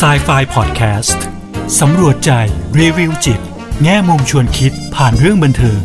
Sci-Fi Podcast สำรวจใจรีวิวจิตแง่มุมชวนคิดผ่านเรื่องบันเทิง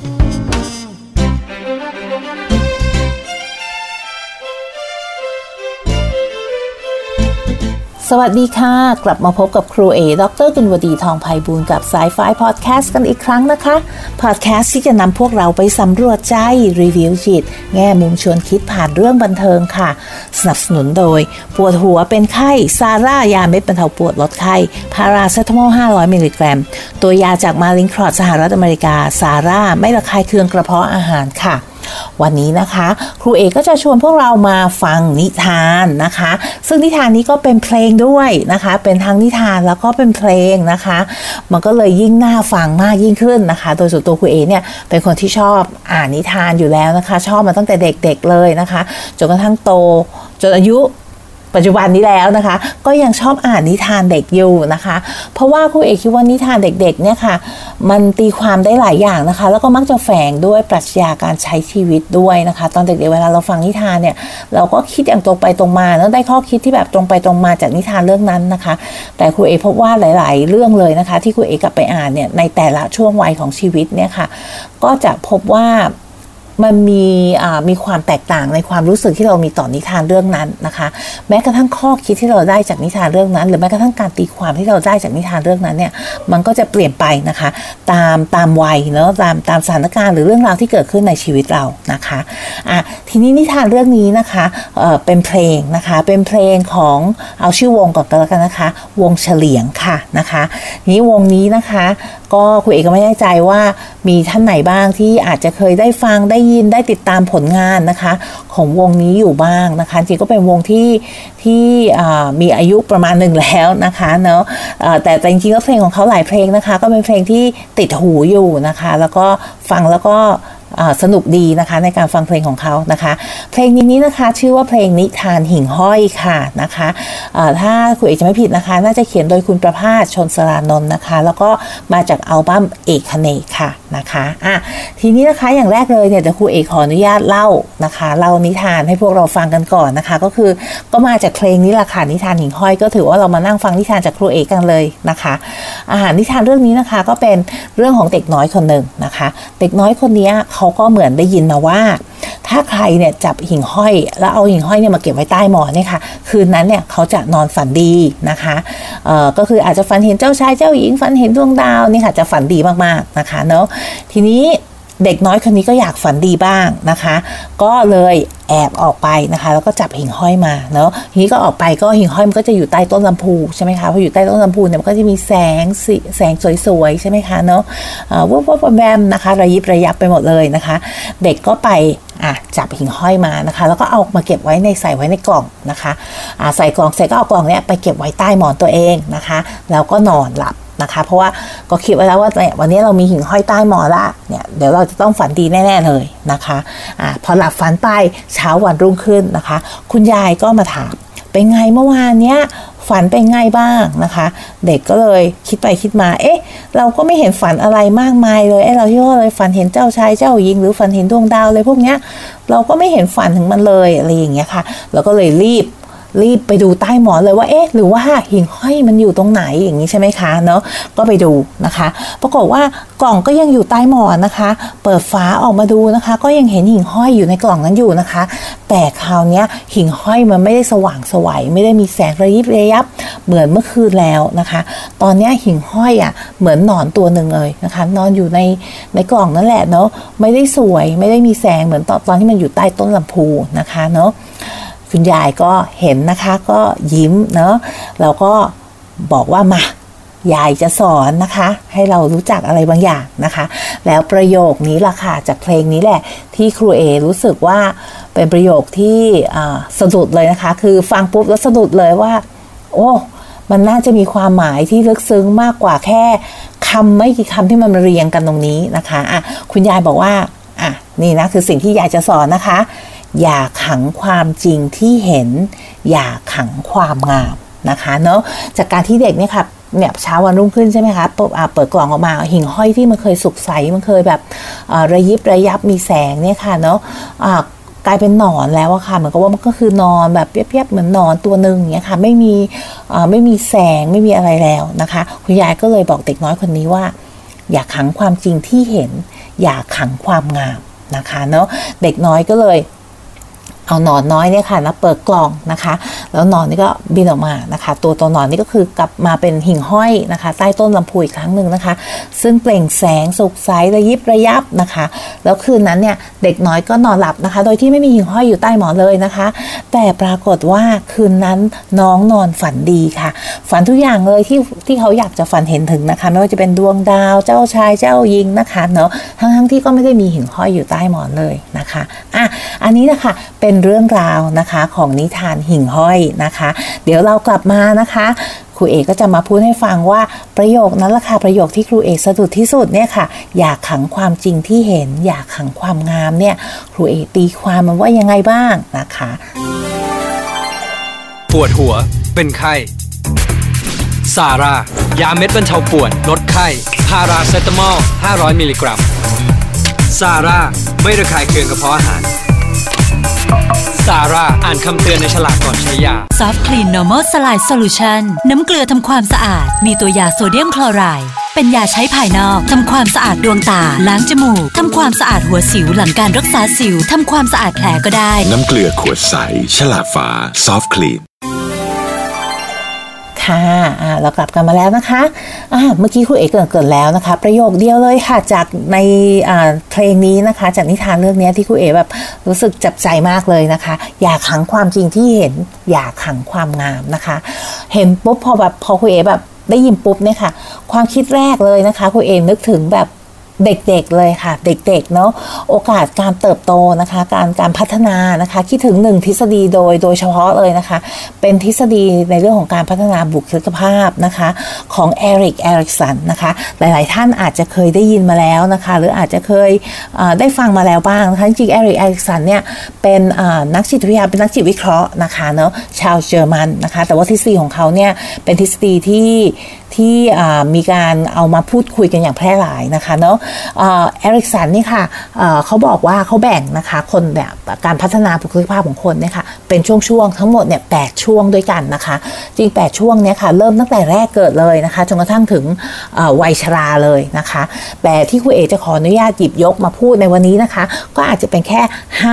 สวัสดีค่ะกลับมาพบกับครูเอดร.กุลวดีทองไพบูลย์กับ Sci-Fi Podcast กันอีกครั้งนะคะพอดแคสต์ที่จะนำพวกเราไปสำรวจใจรีวิวจิตแง่มุมชวนคิดผ่านเรื่องบันเทิงค่ะสนับสนุนโดยปวดหัวเป็นไข้ซาร่ายาเม็ดบรรเทาปวดลดไข้พาราเซตามอล500มิลลิกรัมตัวยาจากมาลิงครอดสหรัฐอเมริกาซาร่าไม่ระคายเคืองกระเพาะอาหารค่ะวันนี้นะคะครูเอกก็จะชวนพวกเรามาฟังนิทานนะคะซึ่งนิทานนี้ก็เป็นเพลงด้วยนะคะเป็นทั้งนิทานแล้วก็เป็นเพลงนะคะมันก็เลยยิ่งน่าฟังมากยิ่งขึ้นนะคะโดยส่วนตัวครูเอกเนี่ยเป็นคนที่ชอบอ่านนิทานอยู่แล้วนะคะชอบมาตั้งแต่เด็กๆเลยนะคะจนกระทั่งโตจนอายุปัจจุบันนี้แล้วนะคะก็ยังชอบอ่านนิทานเด็กอยู่นะคะเพราะว่าครูเอกคิดว่านิทานเด็กๆเนี่ยค่ะมันตีความได้หลายอย่างนะคะแล้วก็มักจะแฝงด้วยปรัชญาการใช้ชีวิตด้วยนะคะตอนเด็กๆเวลาเราฟังนิทานเนี่ยเราก็คิดอย่างตรงไปตรงมาแล้วได้ข้อคิดที่แบบตรงไปตรงมาจากนิทานเรื่องนั้นนะคะแต่ครูเอกพบว่าหลายๆเรื่องเลยนะคะที่ครูเอกกลับไปอ่านเนี่ยในแต่ละช่วงวัยของชีวิตเนี่ยค่ะก็จะพบว่ามันมีความแตกต่างในความรู้สึกที่เรามีต่อนิทานเรื่องนั้นนะคะแม้กระทั่งข้อคิดที่เราได้จากนิทานเรื่องนั้นหรือแม้กระทั่งการตีความที่เราได้จากนิทานเรื่องนั้นเนี่ยมันก็จะเปลี่ยนไปนะคะตามวัยเนาะตามสถานการณ์หรือเรื่องราวที่เกิดขึ้นในชีวิตเรานะคะทีนี้นิทานเรื่องนี้นะคะเป็นเพลงนะคะเป็นเพลงของเอาชื่อวงก่อนก็แล้วกันนะคะวงเฉลียงค่ะนะคะนี้วงนี้นะคะก็ครูเอกก็ไม่แน่ใจว่ามีท่านไหนบ้างที่อาจจะเคยได้ฟังได้ยินได้ติดตามผลงานนะคะของวงนี้อยู่บ้างนะคะจริงก็เป็นวงที่มีอายุประมาณหนึ่งแล้วนะคะเนาะแต่จริงๆก็เพลงของเขาหลายเพลงนะคะก็เป็นเพลงที่ติดหูอยู่นะคะแล้วก็ฟังแล้วก็สนุกดีนะคะในการฟังเพลงของเขานะคะเพลงนี้นะคะชื่อว่าเพลงนิทานหิ่งห้อยค่ะนะคะถ้าคุณเอกจะไม่ผิดนะคะน่าจะเขียนโดยคุณประภาสชนสรานนท์นะคะแล้วก็มาจากอัลบั้มเอกเนกค่ะนะคะทีนี้นะคะอย่างแรกเลยเนี่ยเดี๋ยวครูเอกขออนุญาตเล่านะคะเล่านิทานให้พวกเราฟังกันก่อนนะคะก็มาจากเพลงนี้แหละค่ะนิทานหิ่งห้อยก็ถือว่าเรามานั่งฟังนิทานจากครูเอกกันเลยนะคะนิทานเรื่องนี้นะคะก็เป็นเรื่องของเด็กน้อยคนหนึ่งนะคะเด็กน้อยคนนี้เขาก็เหมือนได้ยินมาว่าถ้าใครเนี่ยจับหิ่งห้อยแล้วเอาหิ่งห้อยเนี่ยมาเก็บไว้ใต้หมอนเนี่ยค่ะคืนนั้นเนี่ยเขาจะนอนฝันดีนะคะก็คืออาจจะฝันเห็นเจ้าชายเจ้าหญิงฝันเห็นดวงดาวนี่ค่ะจะฝันดีมากๆนะคะเนาะทีนี้เด็กน้อยคนนี้ก็อยากฝันดีบ้างนะคะก็เลยแอบออกไปนะคะแล้วก็จับหิ่งห้อยมาเนาะทีนี้ก็ออกไปก็หิ่งห้อยมันก็จะอยู่ใต้ต้นลำพูใช่ไหมคะพออยู่ใต้ต้นลำพูเนี่ยมันก็จะมีแสงสวยๆใช่ไหมคะเนาะวับแวมนะคะระยิบระยับไปหมดเลยนะคะเด็กก็ไปจับหิ่งห้อยมานะคะแล้วก็เอามาเก็บไว้ใส่ไว้ในกล่องนะคะใส่กล่องเสร็จก็เอากล่องเนี้ยไปเก็บไว้ใต้หมอนตัวเองนะคะแล้วก็นอนหลับนะคะเพราะว่าก็คิดไว้แล้วว่าวันนี้เรามีหิ่งห้อยใต้หมอนละเนี่ยเดี๋ยวเราจะต้องฝันดีแน่ๆเลยนะคะพอหลับฝันไปเช้าวันรุ่งขึ้นนะคะคุณยายก็มาถามเป็นไงเมื่อวานเนี้ยฝันเป็นไงบ้างนะคะเด็กก็เลยคิดไปคิดมาเราก็ไม่เห็นฝันอะไรมากมายเลยเราที่ว่าเลยฝันเห็นเจ้าชายเจ้าหญิงหรือฝันเห็นดวงดาวเลยพวกเนี้ยเราก็ไม่เห็นฝันถึงมันเลยอะไรอย่างเงี้ยค่ะแล้วก็เลยรีบไปดูใต้หมอนเลยว่าหรือว่าหิ่งห้อยมันอยู่ตรงไหนอย่างนี้ใช่ไหมคะเนาะก็ไปดูนะคะปรากฏว่ากล่องก็ยังอยู่ใต้หมอนนะคะเปิดฝาออกมาดูนะคะก็ยังเห็นหิ่งห้อยอยู่ในกล่องนั้นอยู่นะคะแต่คราวนี้หิ่งห้อยมันไม่ได้สว่างไสวไม่ได้มีแสงระยิบระยับเหมือนเมื่อคืนแล้วนะคะตอนนี้หิ่งห้อยเหมือนหนอนตัวหนึ่งเลยนะคะนอนอยู่ในกล่องนั่นแหละเนาะไม่ได้สวยไม่ได้มีแสงเหมือนตอนที่มันอยู่ใต้ต้นลำพูนะคะเนาะคุณยายก็เห็นนะคะก็ยิ้มเนาะแล้วก็บอกว่ามายายจะสอนนะคะให้เรารู้จักอะไรบางอย่างนะคะแล้วประโยคนี้ล่ะค่ะจากเพลงนี้แหละที่ครูเอรู้สึกว่าเป็นประโยคที่สะดุดเลยนะคะคือฟังปุ๊บแล้วสะดุดเลยว่าโอ้มันน่าจะมีความหมายที่ลึกซึ้งมากกว่าแค่คำไม่กี่คำที่มันมาเรียงกันตรงนี้นะคะคุณยายบอกว่านี่นะคือสิ่งที่ยายจะสอนนะคะอย่าขังความจริงที่เห็นอย่าขังความงามนะคะเนาะจากการที่เด็กเนี่ยค่ะเนี่ยเช้าวันรุ่งขึ้นใช่ไหมคะเปิดกล่องออกมาหิ่งห้อยที่มันเคยสุกใสมันเคยแบบระยิบระยับมีแสงเนี่ยค่ะเนาะกลายเป็นหนอนแล้วอะค่ะเหมือนกับว่ามันก็คือนอนแบบเปียบๆเหมือนหนอนตัวนึงอย่างเงี้ยค่ะไม่มีแสงไม่มีอะไรแล้วนะคะคุณยายก็เลยบอกเด็กน้อยคนนี้ว่าอย่าขังความจริงที่เห็นอย่าขังความงามนะคะเนาะเด็กน้อยก็เลยเอาหนอนน้อยเนี่ยค่ะนะเปิดกล่องนะคะแล้วหนอนนี่ก็บินออกมานะคะตัวหนอนนี่ก็คือกลับมาเป็นหิ่งห้อยนะคะใต้ต้นลำพูอีกครั้งหนึ่งนะคะซึ่งเปล่งแสงสุกใสระยิบระยับนะคะแล้วคืนนั้นเนี่ยเด็กน้อยก็นอนหลับนะคะโดยที่ไม่มีหิ่งห้อยอยู่ใต้หมอนเลยนะคะแต่ปรากฏว่าคืนนั้นน้องนอนฝันดีค่ะฝันทุกอย่างเลยที่เขาอยากจะฝันเห็นถึงนะคะไม่ว่าจะเป็นดวงดาวเจ้าชายเจ้าหญิงนะคะเนาะทั้งที่ก็ไม่ได้มีหิ่งห้อยอยู่ใต้หมอนเลยนะคะอันนี้นะคะเป็นเรื่องราวนะคะของนิทานหิ่งห้อยนะคะเดี๋ยวเรากลับมานะคะครูเอกก็จะมาพูดให้ฟังว่าประโยคนั้นละค่ะประโยคที่ครูเอกสะดุดที่สุดเนี่ยค่ะอย่าขังความจริงที่เห็นอย่าขังความงามเนี่ยครูเอกตีความมันว่ายังไงบ้างนะคะปวดหัวเป็นไข้ซารายาเม็ดบรรเทาปวดลดไข้พาราเซตามอล500มิลลิกรัมซาร่าไม่ระคายเคืองกระเพาะอาหารซาร่าอ่านคำเตือนในฉลากก่อนใช้ยา Soft Clean Normal Saline Solution น้ำเกลือทำความสะอาดมีตัวยาโซเดียมคลอไรด์เป็นยาใช้ภายนอกทำความสะอาดดวงตาล้างจมูกทำความสะอาดหัวสิวหลังการรักษาสิวทำความสะอาดแผลก็ได้น้ำเกลือขวดใสฉลากฟ้า Soft Clean ค่ะเรากลับกันมาแล้วนะคะเมื่อกี้ครูเอกเกริ่นแล้วนะคะประโยคเดียวเลยค่ะจากในเพลงนี้นะคะจากนิทานเรื่องนี้ที่ครูเอกแบบรู้สึกจับใจมากเลยนะคะอย่าขังความจริงที่เห็นอย่าขังความงามนะคะเห็นปุ๊บพอครูเอกแบบได้ยินปุ๊บเนี่ยค่ะความคิดแรกเลยนะคะครูเอกนึกถึงแบบเด็กๆเลยค่ะเด็กๆเนาะโอกาสการเติบโตนะคะการพัฒนานะคะคิดถึง1ทฤษฎีโดยเฉพาะเลยนะคะเป็นทฤษฎีในเรื่องของการพัฒนาบุคลิกภาพนะคะของเอริกสันนะคะหลายๆท่านอาจจะเคยได้ยินมาแล้วนะคะหรืออาจจะเคยได้ฟังมาแล้วบ้างนะคะจริงๆเอริกสันเนี่ยเป็นนักจิตวิทยาเป็นนักจิตวิเคราะห์นะคะเนาะชาวเยอรมันนะคะแต่ว่าทฤษฎีของเขาเนี่ยเป็นทฤษฎีที่มีการเอามาพูดคุยกันอย่างแพร่หลายนะคะเนาะเอริกสันนี่ค่ะเขาบอกว่าเขาแบ่งนะคะคนแบบการพัฒนาบุคลิกภาพของคนเนี่ยค่ะเป็นช่วงๆทั้งหมดเนี่ย8ช่วงด้วยกันนะคะจริง8ช่วงเนี่ยค่ะเริ่มตั้งแต่แรกเกิดเลยนะคะจนกระทั่งถึงวัยชราเลยนะคะแต่ที่ครูเอกจะขออนุญาตหยิบยกมาพูดในวันนี้นะคะก็อาจจะเป็นแค่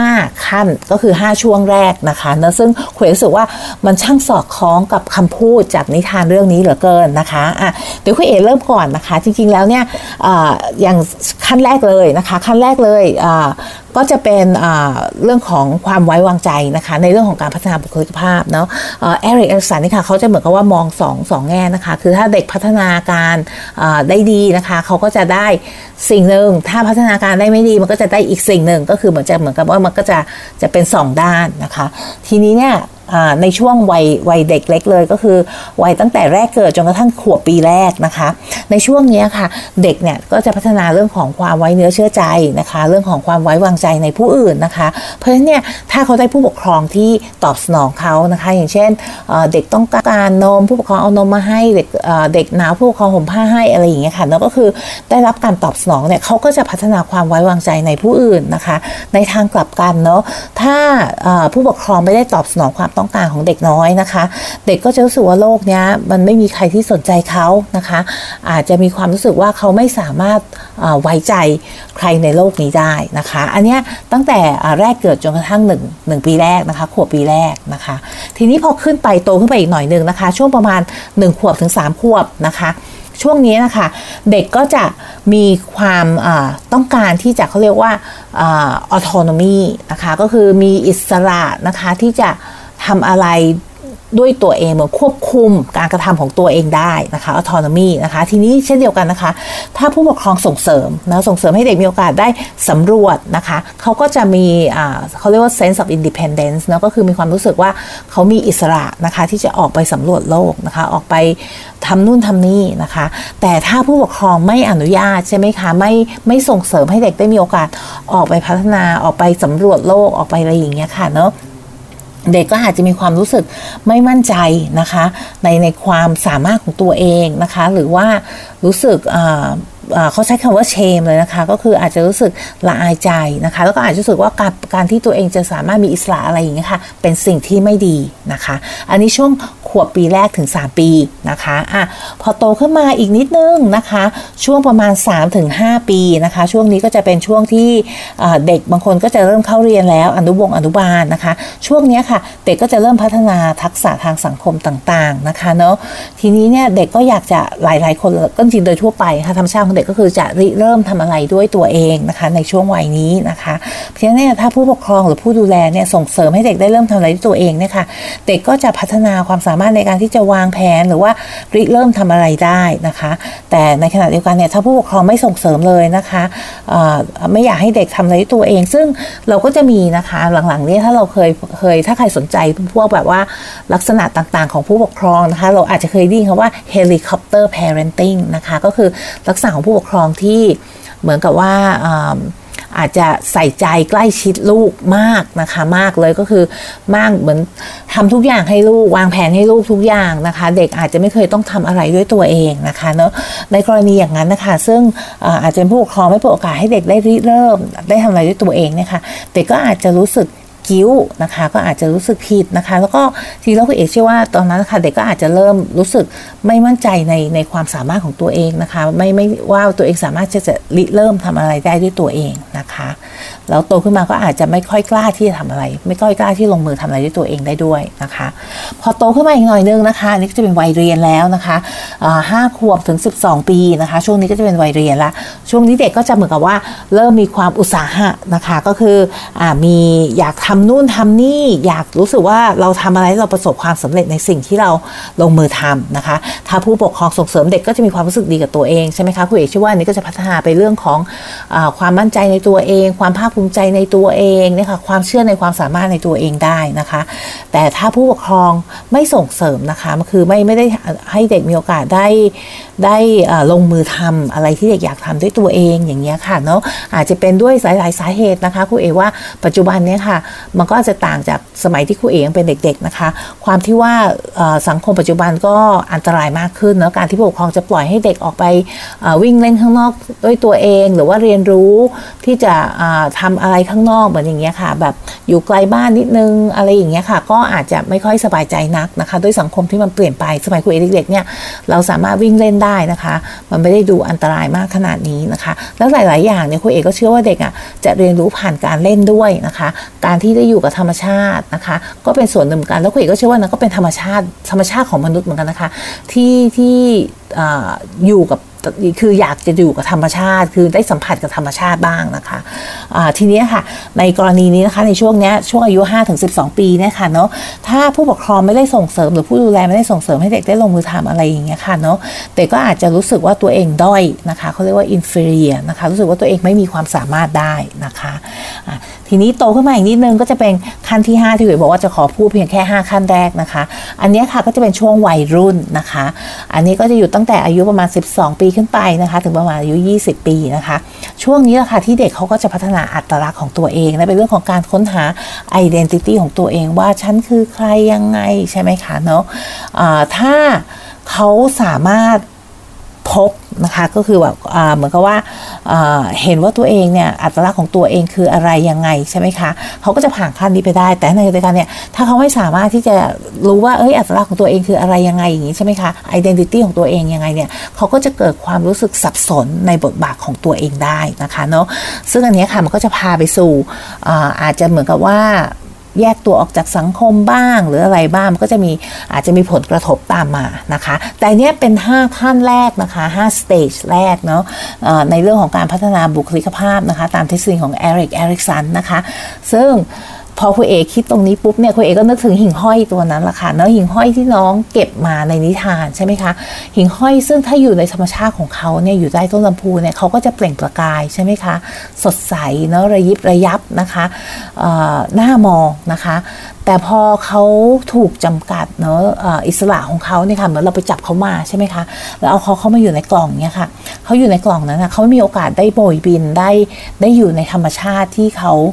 5ขั้นก็คือ5ช่วงแรกนะคะเนอะซึ่งครูเอกรู้สึกว่ามันช่างสอดคล้องกับคำพูดจากนิทานเรื่องนี้เหลือเกินนะคะเดี๋ยวครูเอกเริ่มก่อนนะคะจริงๆแล้วเนี่ยอย่างขั้นแรกเลยนะคะขั้นแรกเลยก็จะเป็นเรื่องของความไว้วางใจนะคะในเรื่องของการพัฒนาบุคลิกภาพเนาะเอริกสันนี่ค่ะเขาจะเหมือนกับว่ามองสองแง่นะคะคือถ้าเด็กพัฒนาการได้ดีนะคะเขาก็จะได้สิ่งหนึ่งถ้าพัฒนาการได้ไม่ดีมันก็จะได้อีกสิ่งหนึ่งก็คือเหมือนกับว่ามันก็จะเป็น2ด้านนะคะทีนี้เนี่ยในช่วงวัยเด็กเล็กเลยก็คือวัยตั้งแต่แรกเกิดจนกระทั่งขวบปีแรกนะคะในช่วงนี้ค่ะเด็กเนี่ยก็จะพัฒนาเรื่องของความไว้เนื้อเชื่อใจนะคะเรื่องของความไว้วางใจในผู้อื่นนะคะเพราะฉะนั้นเนี่ยถ้าเขาได้ผู้ปกครองที่ตอบสนองเขานะคะอย่างเช่นเด็กต้องการนมผู้ปกครองเอานมมาให้เด็กหนาวผู้ปกครองห่มผ้าให้อะไรอย่างเงี้ยค่ะแล้วก็คือได้รับการตอบสนองเนี่ยเขาก็จะพัฒนาความไว้วางใจในผู้อื่นนะคะในทางกลับกันเนาะถ้าผู้ปกครองไม่ได้ตอบสนองความต้องการของเด็กน้อยนะคะเด็กก็จะรู้สึกว่าโลกนี้มันไม่มีใครที่สนใจเขานะคะอาจจะมีความรู้สึกว่าเขาไม่สามารถไว้ใจใครในโลกนี้ได้นะคะอันนี้ตั้งแต่แรกเกิดจนกระทั่ง1ปีแรกนะคะขวบปีแรกนะคะทีนี้พอขึ้นไปโตขึ้นไปอีกหน่อยนึงนะคะช่วงประมาณ1ขวบถึง3ขวบนะคะช่วงนี้นะคะเด็กก็จะมีความต้องการที่จะเขาเรียกว่าautonomy นะคะก็คือมีอิสระนะคะที่จะทำอะไรด้วยตัวเองเหมือนควบคุมการกระทำของตัวเองได้นะคะ autonomy นะคะทีนี้เช่นเดียวกันนะคะถ้าผู้ปกครองส่งเสริมให้เด็กมีโอกาสได้สำรวจนะคะเขาก็จะมีเขาเรียกว่า sense of independence นะก็คือมีความรู้สึกว่าเขามีอิสระนะคะที่จะออกไปสำรวจโลกนะคะออกไปทำนู่นทำนี่นะคะแต่ถ้าผู้ปกครองไม่อนุญาตใช่ไหมคะไม่ส่งเสริมให้เด็กได้มีโอกาสออกไปพัฒนาออกไปสำรวจโลกออกไปอะไรอย่างเงี้ยค่ะเนาะเด็กก็อาจจะมีความรู้สึกไม่มั่นใจนะคะในความสามารถของตัวเองนะคะหรือว่ารู้สึกเขาใช้คำว่า shame เลยนะคะก็คืออาจจะรู้สึกละอายใจนะคะแล้วก็อาจจะรู้สึกว่าการที่ตัวเองจะสามารถมีอิสระอะไรอย่างเงี้ยค่ะเป็นสิ่งที่ไม่ดีนะคะอันนี้ช่วงขวบปีแรกถึง3ปีนะคะพอโตขึ้นมาอีกนิดนึงนะคะช่วงประมาณ 3-5 ปีนะคะช่วงนี้ก็จะเป็นช่วงที่เด็กบางคนก็จะเริ่มเข้าเรียนแล้วอนุบาลนะคะช่วงนี้ค่ะเด็กก็จะเริ่มพัฒนาทักษะทางสังคมต่างๆนะคะเนาะทีนี้เนี่ยเด็กก็อยากจะหลายคนก็จริงโดยทั่วไปค่ะธรรมชาติของเด็กก็คือจะเริ่มทำอะไรด้วยตัวเองนะคะในช่วงวัยนี้นะคะเพราะฉะนั้นถ้าผู้ปกครองหรือผู้ดูแลเนี่ยส่งเสริมให้เด็กได้เริ่มทำอะไรด้วยตัวเองเนี่ยค่ะเด็กก็จะพัฒนาความสามารถในการที่จะวางแผนหรือว่าเริ่มทำอะไรได้นะคะแต่ในขณะเดียวกันเนี่ยถ้าผู้ปกครองไม่ส่งเสริมเลยนะคะไม่อยากให้เด็กทำอะไรด้วยตัวเองซึ่งเราก็จะมีนะคะหลังๆนี้ถ้าเราเคยถ้าใครสนใจพวกแบบว่าลักษณะต่างๆของผู้ปกครองนะคะเราอาจจะเคยได้ยินคำว่า helicopter parenting นะคะก็คือลักษณะของผู้ปกครองที่เหมือนกับว่าอาจจะใส่ใจใกล้ชิดลูกมากนะคะมากเลยก็คือมากเหมือนทำทุกอย่างให้ลูกวางแผนให้ลูกทุกอย่างนะคะเด็กอาจจะไม่เคยต้องทำอะไรด้วยตัวเองนะคะเนาะในกรณีอย่างนั้นนะคะซึ่งอาจจะเป็นผู้ปกครองไม่เปิดโอกาสให้เด็กได้เริ่มได้ทำอะไรด้วยตัวเองเนี่ยค่ะเด็กก็อาจจะรู้สึกกิ้วนะคะก็อาจจะรู้สึกผิดนะคะแล้วก็ทีแล้วคุณเอกเชื่อว่าตอนนั้นค่ะเด็กก็อาจจะเริ่มรู้สึกไม่มั่นใจในความสามารถของตัวเองนะคะไม่ว่าตัวเองสามารถจะเริ่มทำอะไรได้ด้วยตัวเองนะคะแล้วโตขึ้นมาก็อาจจะไม่ค่อยกล้าที่จะทำอะไรไม่ค่อยกล้าที่ลงมือทำอะไรด้วยตัวเองได้ด้วยนะคะพอโตขึ้นมาอีกหน่อยนึงนะคะนี่ก็จะเป็นวัยเรียนแล้วนะคะ5 ขวบถึง12 ปีนะคะช่วงนี้ก็จะเป็นวัยเรียนละช่วงนี้เด็กก็จะเหมือนกับว่าเริ่มมีความอุตสาหะนะคะก็คือมีอยากทำนู่นทำนี่อยากรู้สึกว่าเราทำอะไรเราประสบความสำเร็จในสิ่งที่เราลงมือทำนะคะถ้าผู้ปกครองส่งเสริมเด็กก็จะมีความรู้สึกดีกับตัวเองใช่ไหมคะคุณเอกเชื่อว่านี้ก็จะพัฒนาไปเรื่องของความมั่นใจในตัวเองความภาคภูมิใจในตัวเองนะคะความเชื่อในความสามารถในตัวเองได้นะคะแต่ถ้าผู้ปกครองไม่ส่งเสริมนะคะมันคือไม่ได้ให้เด็กมีโอกาสได้ลงมือทำอะไรที่เด็กอยากทำด้วยตัวเองอย่างเงี้ยค่ะเนาะอาจจะเป็นด้วยหลายสาเหตุนะคะคุณเอกว่าปัจจุบันเนี้ยค่ะมันก็จะต่างจากสมัยที่ครูเอ๋ยังเป็นเด็กๆนะคะความที่ว่าสังคมปัจจุบันก็อันตรายมากขึ้นแล้วการที่ผู้ปกครองจะปล่อยให้เด็กออกไปวิ่งเล่นข้างนอกด้วยตัวเองหรือว่าเรียนรู้ที่จะทำอะไรข้างนอกเหมือนอย่างเงี้ยค่ะแบบอยู่ไกลบ้านนิดนึงอะไรอย่างเงี้ยค่ะก็อาจจะไม่ค่อยสบายใจนักนะคะด้วยสังคมที่มันเปลี่ยนไปสมัยครูเอ๋เด็กๆเนี่ยเราสามารถวิ่งเล่นได้นะคะมันไม่ได้ดูอันตรายมากขนาดนี้นะคะแล้วหลายๆอย่างเนี่ยครูเอ๋ก็เชื่อว่าเด็กจะเรียนรู้ผ่านการเล่นด้วยนะคะการที่ได้อยู่กับธรรมชาตินะคะก็เป็นส่วนหนึ่งเหมือนกันแล้วคุณเอกก็เชื่อว่านั้นก็เป็นธรรมชาติของมนุษย์เหมือนกันนะคะที่อยู่กับคืออยากจะอยู่กับธรรมชาติคือได้สัมผัสกับธรรมชาติบ้างนะคะทีนี้ค่ะในกรณีนี้นะคะในช่วงนี้ช่วงอายุ 5-12 ปีเนี่ยค่ะเนาะถ้าผู้ปกครองไม่ได้ส่งเสริมหรือผู้ดูแลไม่ได้ส่งเสริมให้เด็กได้ลงมือทำอะไรอย่างเงี้ยค่ะเนาะเด็กก็อาจจะรู้สึกว่าตัวเองด้อยนะคะเขาเรียกว่า inferior นะคะรู้สึกว่าตัวเองไม่มีความสามารถได้นะคะทีนี้โตขึ้นมาอีกนิดนึงก็จะเป็นขั้นที่5ที่คุณบอกว่าจะขอพูดเพียงแค่5ขั้นแรกนะคะอันนี้ค่ะก็จะเป็นช่วงวัยรุ่นนะคะอันนี้ก็จะอยู่ตั้งแต่อายุประมาณ12 ปีขึ้นไปนะคะถึงประมาณอายุ20 ปีนะคะช่วงนี้แหละค่ะที่เด็กเขาก็จะพัฒนาอัตลักษณ์ของตัวเองและเป็นเรื่องของการค้นหา identity ของตัวเองว่าฉันคือใครยังไงใช่ไหมคะเนาะถ้าเขาสามารถพบนะคะก็คือแบบเหมือนกับว่าเห็นว่าตัวเองเนี่ยอัตลักษณ์ของตัวเองคืออะไรยังไงใช่ไหมคะเขาก็จะผ่านขั้นนี้ไปได้แต่ในการเนี่ยถ้าเขาไม่สามารถที่จะรู้ว่าอัตลักษณ์ของตัวเองคืออะไรยังไงอย่างนี้ใช่ไหมคะ identity ของตัวเองยังไงเนี่ยเขาก็จะเกิดความรู้สึกสับสนในบทบาทของตัวเองได้นะคะเนาะซึ่งอันนี้ค่ะมันก็จะพาไปสู่อาจจะเหมือนกับว่าแยกตัวออกจากสังคมบ้างหรืออะไรบ้างมันก็จะมีอาจจะมีผลกระทบตามมานะคะแต่เนี้ยเป็น5ขั้นแรกนะคะ5 stage แรกเนาะในเรื่องของการพัฒนาบุคลิกภาพนะคะตามทฤษฎีของเอริกสันนะคะซึ่งพอคุณเอคิดตรงนี้ปุ๊บเนี่ยคุณเอก็นึกถึงหิ่งห้อยตัวนั้นละค่ะเนาะหิ่งห้อยที่น้องเก็บมาในนิทานใช่ไหมคะหิ่งห้อยซึ่งถ้าอยู่ในธรรมชาติของเขาเนี่ยอยู่ใต้ต้นลำพูเนี่ยเขาก็จะเปล่งประกายใช่ไหมคะสดใสเนาะระยิบระยับนะคะหน้ามองนะคะแต่พอเขาถูกจำกัดเนาะอิสระของเขาเนี่ยค่ะเหมือนเราไปจับเขามาใช่ไหมคะแล้วเอาเขามาอยู่ในกล่องเนี่ยค่ะเขาอยู่ในกล่องนั้นนะเขาไม่มีโอกาสได้โบยบินได้อยู่ในธรรมชาติที่เขา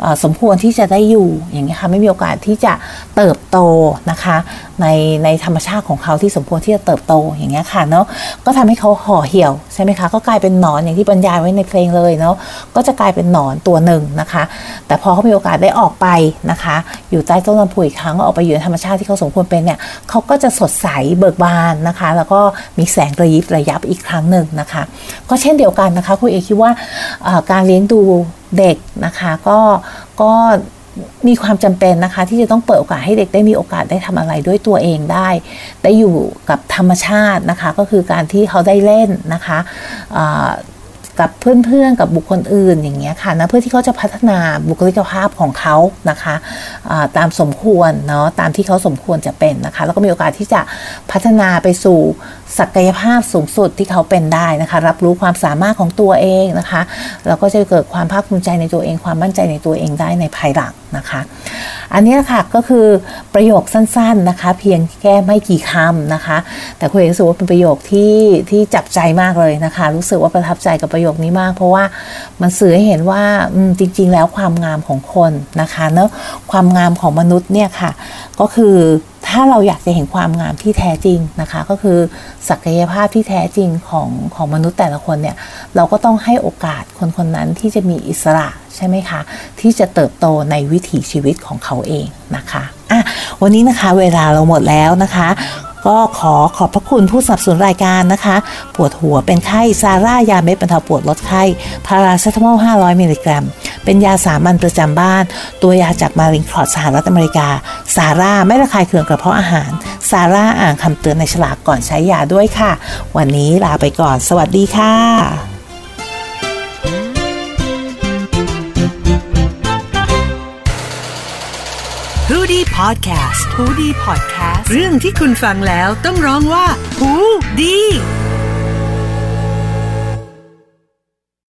สมควรที่จะได้อยู่อย่างนี้ค่ะไม่มีโอกาสที่จะเติบโตนะคะในธรรมชาติของเขาที่สมควรที่จะเติบโตอย่างเงี้ยค่ะเนาะก็ทำให้เขาห่อเหี่ยวใช่ไหมคะก็กลายเป็นหนอนอย่างที่บรรยายไว้ในเพลงเลยเนาะก็จะกลายเป็นหนอนตัวหนึ่งนะคะแต่พอเขามีโอกาสได้ออกไปนะคะอยู่ใต้ต้นลำพูอีกครั้งออกไปอยู่ในธรรมชาติที่เขาสมควรเป็นเนี่ยเขาก็จะสดใสเบิกบานนะคะแล้วก็มีแสงระยิบระยับอีกครั้งหนึ่งนะคะก็เช่นเดียวกันนะคะคุณเอคิดว่าการเลี้ยงดูเด็กนะคะก็มีความจำเป็นนะคะที่จะต้องเปิดโอกาสให้เด็กได้มีโอกาสได้ทำอะไรด้วยตัวเองได้อยู่กับธรรมชาตินะคะก็คือการที่เขาได้เล่นนะคะกับเพื่อนๆกับบุคคลอื่นอย่างเงี้ยค่ะนะเพื่อที่เขาจะพัฒนาบุคลิกภาพของเขานะคะตามสมควรเนาะตามที่เขาสมควรจะเป็นนะคะแล้วก็มีโอกาสที่จะพัฒนาไปสู่ศักยภาพสูงสุดที่เขาเป็นได้นะคะรับรู้ความสามารถของตัวเองนะคะแล้วก็จะเกิดความภาคภูมิใจในตัวเองความมั่นใจในตัวเองได้ในภายหลังนะคะอันนี้ค่ะก็คือประโยคสั้นๆนะคะเพียงแค่ไม่กี่คำนะคะแต่คุณเอกรู้สึกว่าเป็นประโยคที่จับใจมากเลยนะคะรู้สึกว่าประทับใจกับประโยคนี้มากเพราะว่ามันสื่อให้เห็นว่าจริงๆแล้วความงามของคนนะคะเนอะความงามของมนุษย์เนี่ยค่ะก็คือถ้าเราอยากจะเห็นความงามที่แท้จริงนะคะก็คือศักยภาพที่แท้จริงของมนุษย์แต่ละคนเนี่ยเราก็ต้องให้โอกาสคนๆนั้นที่จะมีอิสระใช่ไหมคะที่จะเติบโตในวิถีชีวิตของเขาเองนะคะวันนี้นะคะเวลาเราหมดแล้วนะคะก็ขอบพระคุณผู้สนับสนุนรายการนะคะปวดหัวเป็นไข้ซาร่ายาเม็ดบรรเทาปวดลดไข้พาราเซตามอล500มิลลิกรัมเป็นยาสามัญประจำบ้านตัวยาจากมารินคลอดสหรัฐอเมริกาซาร่าไม่ระคายเคืองกระเพาะอาหารซาร่าอ่านคำเตือนในฉลากก่อนใช้ยาด้วยค่ะวันนี้ลาไปก่อนสวัสดีค่ะฮูดี้พอดแคสต์ฮูดี้พอดแคสต์เรื่องที่คุณฟังแล้วต้องร้องว่าฮูดี้